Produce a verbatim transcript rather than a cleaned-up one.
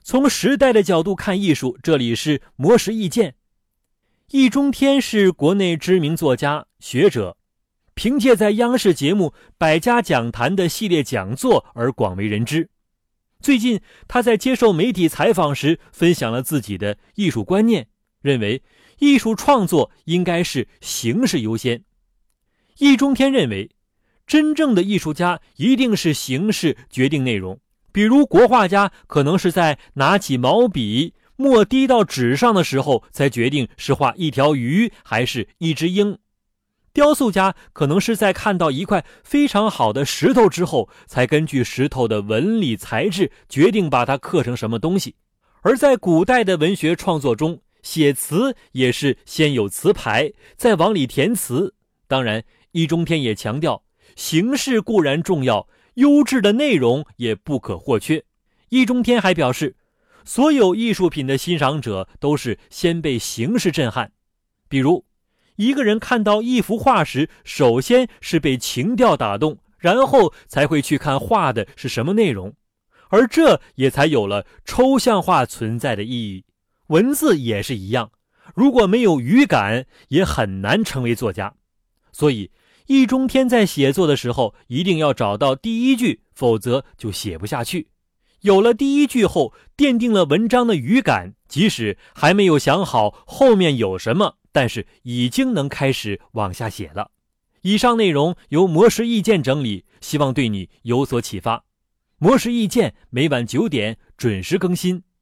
从时代的角度看艺术，这里是魔石意见。易中天是国内知名作家、学者，凭借在央视节目《百家讲坛》的系列讲座而广为人知。最近他在接受媒体采访时分享了自己的艺术观念，认为艺术创作应该是形式优先。易中天认为，真正的艺术家一定是形式决定内容，比如国画家可能是在拿起毛笔，墨滴到纸上的时候才决定是画一条鱼还是一只鹰。雕塑家可能是在看到一块非常好的石头之后，才根据石头的纹理材质决定把它刻成什么东西。而在古代的文学创作中，写词也是先有词牌，再往里填词。当然，易中天也强调，形式固然重要，优质的内容也不可或缺。易中天还表示，所有艺术品的欣赏者都是先被形式震撼。比如，一个人看到一幅画时，首先是被情调打动，然后才会去看画的是什么内容，而这也才有了抽象画存在的意义。文字也是一样，如果没有语感，也很难成为作家。所以易中天在写作的时候一定要找到第一句，否则就写不下去。有了第一句后，奠定了文章的语感，即使还没有想好后面有什么，但是已经能开始往下写了。以上内容由魔石意见整理，希望对你有所启发。魔石意见每晚九点准时更新。